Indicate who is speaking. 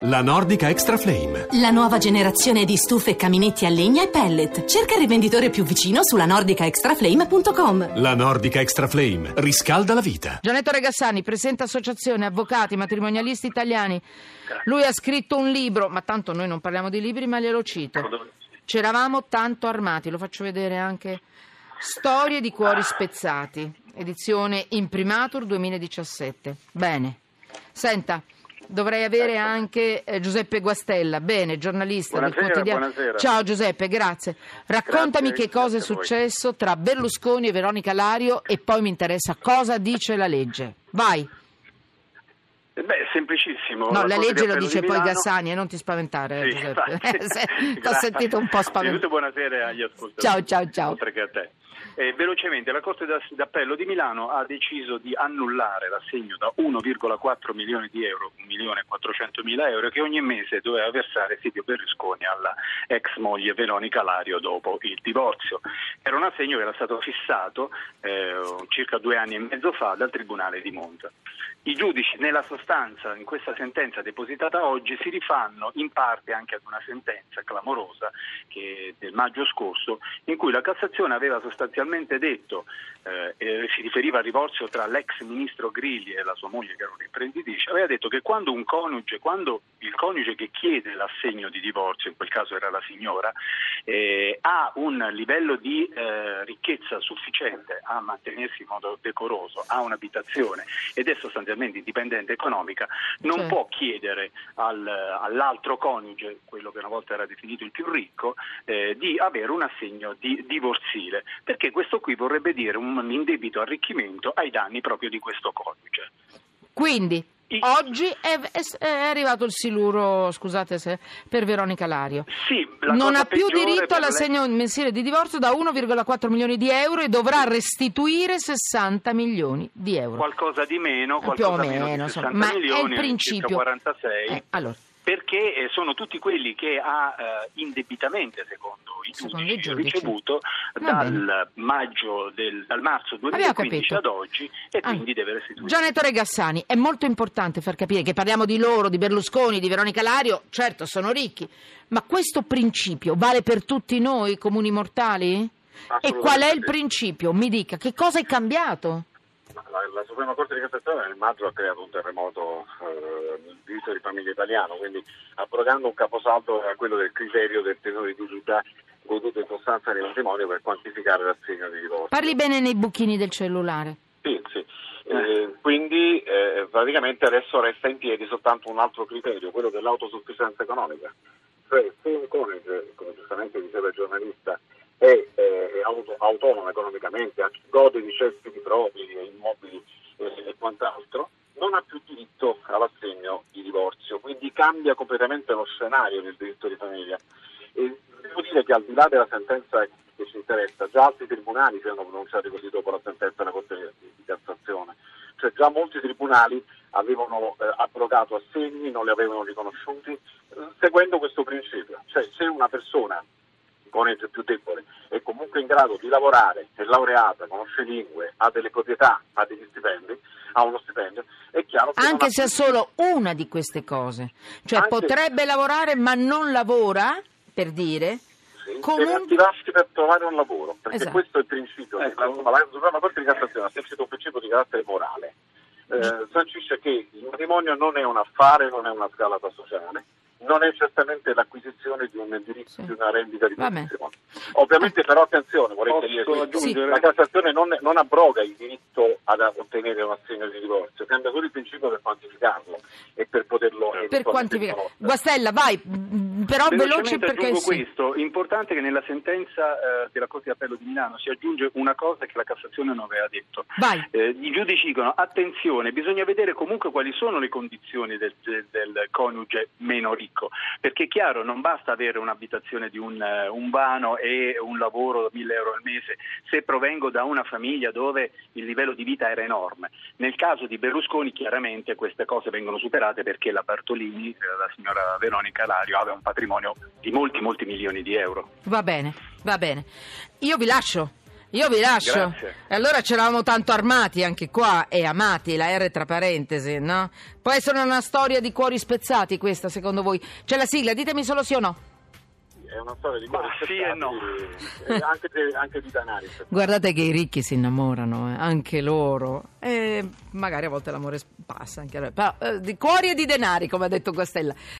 Speaker 1: La Nordica Extra Flame.
Speaker 2: La nuova generazione di stufe e caminetti a legna e pellet. Cerca il rivenditore più vicino sulla nordicaextraflame.com.
Speaker 1: La Nordica Extra Flame riscalda la vita.
Speaker 3: Gianetto Regassani, presenta associazione avvocati matrimonialisti italiani. Lui ha scritto un libro, ma tanto noi non parliamo di libri, ma glielo cito. C'eravamo tanto armati, lo faccio vedere anche. Storie di cuori spezzati, edizione Imprimatur 2017. Bene. Senta, dovrei avere anche Giuseppe Guastella, giornalista del quotidiano.
Speaker 4: Buonasera.
Speaker 3: Ciao Giuseppe, grazie. Raccontami che cosa è successo tra Berlusconi e Veronica Lario e poi mi interessa cosa dice la legge. Vai.
Speaker 4: Semplicissimo.
Speaker 3: No, la legge lo dice poi
Speaker 4: Milano.
Speaker 3: Gassani, non ti spaventare,
Speaker 4: Sì,
Speaker 3: Giuseppe. Ti ho
Speaker 4: Grazie.
Speaker 3: sentito un po' spaventato.
Speaker 4: Buonasera agli ascoltatori.
Speaker 3: Ciao.
Speaker 4: Oltre che a te. Velocemente, la Corte d'Appello di Milano ha deciso di annullare l'assegno da 1,4 milioni di euro, 1.400.000 euro, che ogni mese doveva versare Silvio Berlusconi alla ex moglie Veronica Lario dopo il divorzio. Era un assegno che era stato fissato circa 2 anni e mezzo fa dal Tribunale di Monza. I giudici, nella sostanza, in questa sentenza depositata oggi, si rifanno in parte anche ad una sentenza clamorosa che del maggio scorso, in cui la Cassazione aveva sostanzialmente detto, si riferiva al divorzio tra l'ex ministro Grilli e la sua moglie, che era un'imprenditrice, aveva detto che quando il coniuge che chiede l'assegno di divorzio, in quel caso era la signora, ha un livello di ricchezza sufficiente a mantenersi in modo decoroso, ha un'abitazione ed è sostanzialmente indipendente economica, non può chiedere all'altro coniuge, quello che una volta era definito il più ricco, di avere un assegno divorzile, perché questo qui vorrebbe dire un indebito arricchimento ai danni proprio di questo coniuge.
Speaker 3: Quindi oggi è arrivato il siluro, scusate se, per Veronica Lario.
Speaker 4: Sì,
Speaker 3: non ha più diritto all'assegno mensile di divorzio da 1,4 milioni di euro e dovrà restituire 60 milioni di euro.
Speaker 4: Qualcosa di meno,
Speaker 3: più o
Speaker 4: meno
Speaker 3: meno,
Speaker 4: di 60
Speaker 3: ma
Speaker 4: milioni,
Speaker 3: è il principio.
Speaker 4: circa 46.
Speaker 3: Allora.
Speaker 4: Perché sono tutti quelli che ha indebitamente, secondo i giudici, ricevuto dal marzo 2015 ad oggi, e quindi deve restituire.
Speaker 3: Gianetto Regassani, è molto importante far capire che parliamo di loro, di Berlusconi, di Veronica Lario, certo sono ricchi, ma questo principio vale per tutti noi comuni mortali? E qual è il principio? Mi dica, che cosa è cambiato?
Speaker 5: La Suprema Corte di Cassazione nel maggio ha creato un terremoto nel diritto di famiglia italiano, quindi abrogando un caposaldo a quello del criterio del tenore di vita goduto in sostanza nel matrimonio per quantificare l'assegno di divorzio.
Speaker 3: Parli bene nei buchini del cellulare.
Speaker 5: Sì. Quindi praticamente adesso resta in piedi soltanto un altro criterio, quello dell'autosufficienza economica. Cioè se un coniuge, come giustamente diceva il giornalista, è autonomo economicamente, gode di cespiti propri, immobili e quant'altro, non ha più diritto all'assegno di divorzio, quindi cambia completamente lo scenario del diritto di famiglia. E devo dire che al di là della sentenza che ci interessa, già altri tribunali si erano pronunciati così dopo la sentenza della Corte di Cassazione, cioè già molti tribunali avevano abrogato assegni, non li avevano riconosciuti, seguendo questo principio, cioè se una persona coniuge più debole è comunque in grado di lavorare, è laureata, conosce lingue, ha delle proprietà, ha degli stipendi, ha uno stipendio, è chiaro che
Speaker 3: anche se ha solo una di queste cose, cioè potrebbe lavorare ma non lavora, per dire,
Speaker 5: deve attivarsi per trovare un lavoro, perché questo è il principio. La Suprema Corte di Cassazione ha sancito un principio di carattere morale, sancisce che il matrimonio non è un affare, non è una scalata sociale, non è certamente l'acquisizione di un diritto, di una rendita di posizione. Ovviamente però attenzione, vorrei dire, la Cassazione non abroga il diritto ad ottenere un assegno di divorzio, cambia solo il principio per quantificarlo e per poterlo
Speaker 3: quantificare. Guastella, vai, però veloce perché
Speaker 4: aggiungo questo, importante che nella sentenza della Corte d'Appello di Milano si aggiunge una cosa che la Cassazione non aveva detto.
Speaker 3: Vai.
Speaker 4: I giudici dicono attenzione, bisogna vedere comunque quali sono le condizioni del coniuge meno ricco. Perché è chiaro, non basta avere un'abitazione di un vano e un lavoro da 1.000 euro al mese se provengo da una famiglia dove il livello di vita era enorme. Nel caso di Berlusconi chiaramente queste cose vengono superate perché la Bartolini, la signora Veronica Lario, aveva un patrimonio di molti milioni di euro.
Speaker 3: Va bene. Io vi lascio. Io vi lascio.
Speaker 4: Grazie.
Speaker 3: E allora c'eravamo tanto armati anche qua, e amati, la R tra parentesi, no? Può essere una storia di cuori spezzati questa, secondo voi? C'è la sigla, ditemi solo sì o no.
Speaker 5: È una storia di
Speaker 4: Ma sì e no.
Speaker 5: anche di denari.
Speaker 3: Guardate che i ricchi si innamorano, anche loro, e magari a volte l'amore passa anche a loro. Però, di cuori e di denari, come ha detto Costella.